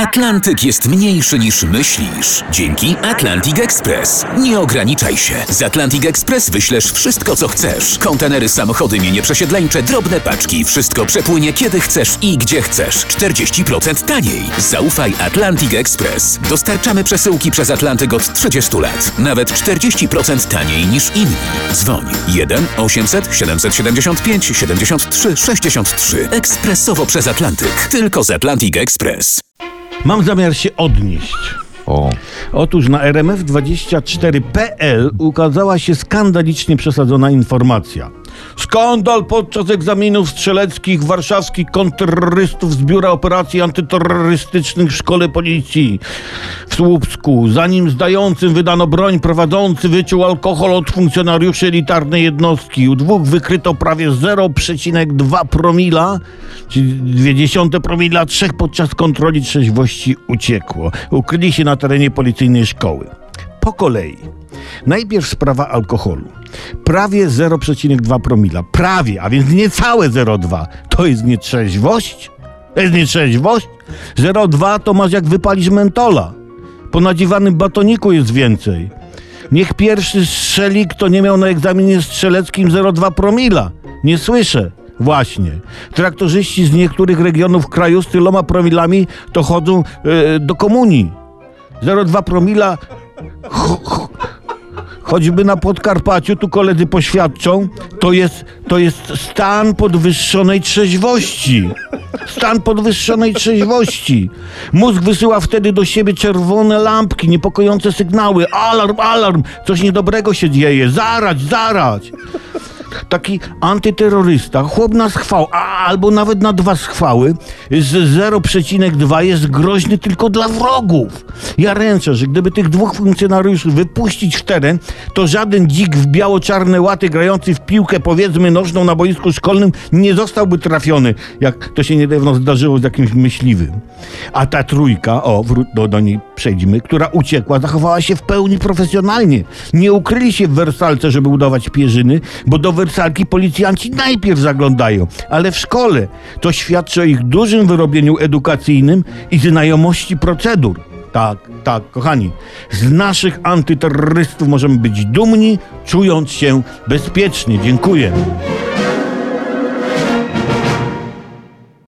Atlantyk jest mniejszy niż myślisz. Dzięki Atlantic Express. Nie ograniczaj się. Z Atlantic Express wyślesz wszystko, co chcesz. Kontenery, samochody, mienie przesiedleńcze, drobne paczki. Wszystko przepłynie kiedy chcesz i gdzie chcesz. 40% taniej. Zaufaj Atlantic Express. Dostarczamy przesyłki przez Atlantyk od 30 lat. Nawet 40% taniej niż inni. Dzwoń 1 800 775 73 63. Ekspresowo przez Atlantyk. Tylko z Atlantic Express. Mam zamiar się odnieść. Otóż na RMF24.pl ukazała się skandalicznie przesadzona informacja. Skandal podczas egzaminów strzeleckich warszawskich kontrterrorystów z Biura Operacji Antyterrorystycznych w Szkole Policji w Słupsku. Zanim zdającym wydano broń, prowadzący wyciął alkohol od funkcjonariuszy elitarnej jednostki. U dwóch wykryto prawie 0,2 promila, czyli 0,2 promila, trzech podczas kontroli trzeźwości uciekło. Ukryli się na terenie policyjnej szkoły. Po kolei. Najpierw sprawa alkoholu. Prawie 0,2 promila. Prawie, a więc niecałe 0,2. To jest nietrzeźwość? To jest nietrzeźwość? 0,2 to masz jak wypalisz mentola. Po nadziwanym batoniku jest więcej. Niech pierwszy strzeli, kto nie miał na egzaminie strzeleckim 0,2 promila. Nie słyszę. Właśnie. Traktorzyści z niektórych regionów kraju z tyloma promilami to chodzą do komunii. 0,2 promila... Choćby na Podkarpaciu, tu koledzy poświadczą, to jest stan podwyższonej trzeźwości. Stan podwyższonej trzeźwości. Mózg wysyła wtedy do siebie czerwone lampki, niepokojące sygnały. Alarm, alarm, coś niedobrego się dzieje. Zarać, zarać. Taki antyterrorysta, chłop na schwał, albo nawet na 2 schwały z 0,2 jest groźny tylko dla wrogów. Ja ręczę, że gdyby tych 2 funkcjonariuszy wypuścić w teren, to żaden dzik w biało-czarne łaty grający w piłkę, powiedzmy nożną na boisku szkolnym nie zostałby trafiony, jak to się niedawno zdarzyło z jakimś myśliwym. A ta trójka, do niej przejdźmy, która uciekła, zachowała się w pełni profesjonalnie. Nie ukryli się w wersalce, żeby udawać pierzyny, bo do wersalki policjanci najpierw zaglądają, ale w szkole to świadczy o ich dużym wyrobieniu edukacyjnym i znajomości procedur. Tak, kochani, z naszych antyterrorystów możemy być dumni, czując się bezpiecznie. Dziękuję.